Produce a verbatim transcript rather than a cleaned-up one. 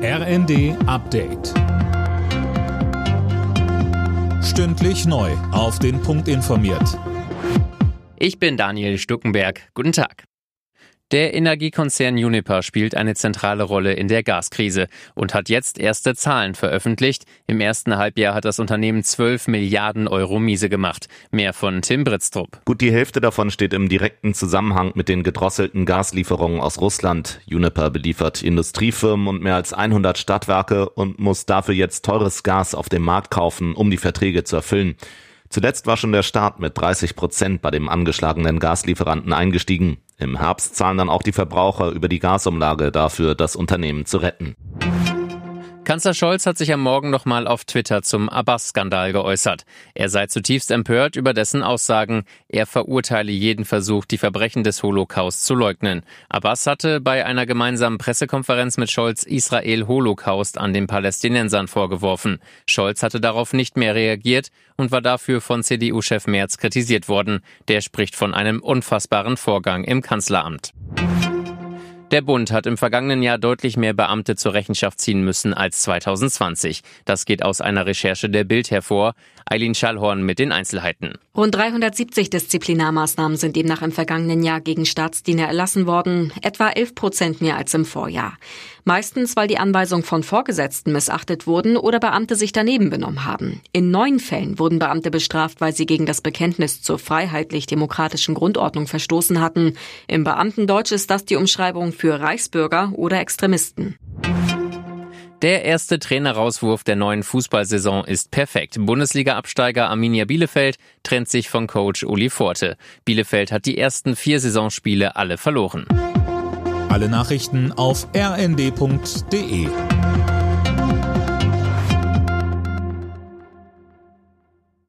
R N D Update. Stündlich neu auf den Punkt informiert. Ich bin Daniel Stuckenberg. Guten Tag. Der Energiekonzern Uniper spielt eine zentrale Rolle in der Gaskrise und hat jetzt erste Zahlen veröffentlicht. Im ersten Halbjahr hat das Unternehmen zwölf Milliarden Euro Miese gemacht. Mehr von Tim Britztrup. Gut die Hälfte davon steht im direkten Zusammenhang mit den gedrosselten Gaslieferungen aus Russland. Uniper beliefert Industriefirmen und mehr als hundert Stadtwerke und muss dafür jetzt teures Gas auf dem Markt kaufen, um die Verträge zu erfüllen. Zuletzt war schon der Staat mit dreißig Prozent bei dem angeschlagenen Gaslieferanten eingestiegen. Im Herbst zahlen dann auch die Verbraucher über die Gasumlage dafür, das Unternehmen zu retten. Kanzler Scholz hat sich am Morgen nochmal auf Twitter zum Abbas-Skandal geäußert. Er sei zutiefst empört über dessen Aussagen. Er verurteile jeden Versuch, die Verbrechen des Holocaust zu leugnen. Abbas hatte bei einer gemeinsamen Pressekonferenz mit Scholz Israel Holocaust an den Palästinensern vorgeworfen. Scholz hatte darauf nicht mehr reagiert und war dafür von C D U-Chef Merz kritisiert worden. Der spricht von einem unfassbaren Vorgang im Kanzleramt. Der Bund hat im vergangenen Jahr deutlich mehr Beamte zur Rechenschaft ziehen müssen als zwanzig zwanzig. Das geht aus einer Recherche der Bild hervor. Eileen Schallhorn mit den Einzelheiten. Rund dreihundertsiebzig Disziplinarmaßnahmen sind demnach im vergangenen Jahr gegen Staatsdiener erlassen worden, etwa elf Prozent mehr als im Vorjahr. Meistens, weil die Anweisungen von Vorgesetzten missachtet wurden oder Beamte sich daneben benommen haben. In neun Fällen wurden Beamte bestraft, weil sie gegen das Bekenntnis zur freiheitlich-demokratischen Grundordnung verstoßen hatten. Im Beamtendeutsch ist das die Umschreibung für Reichsbürger oder Extremisten. Der erste Trainerauswurf der neuen Fußballsaison ist perfekt. Bundesliga-Absteiger Arminia Bielefeld trennt sich von Coach Uli Forte. Bielefeld hat die ersten vier Saisonspiele alle verloren. Alle Nachrichten auf r n d punkt d e.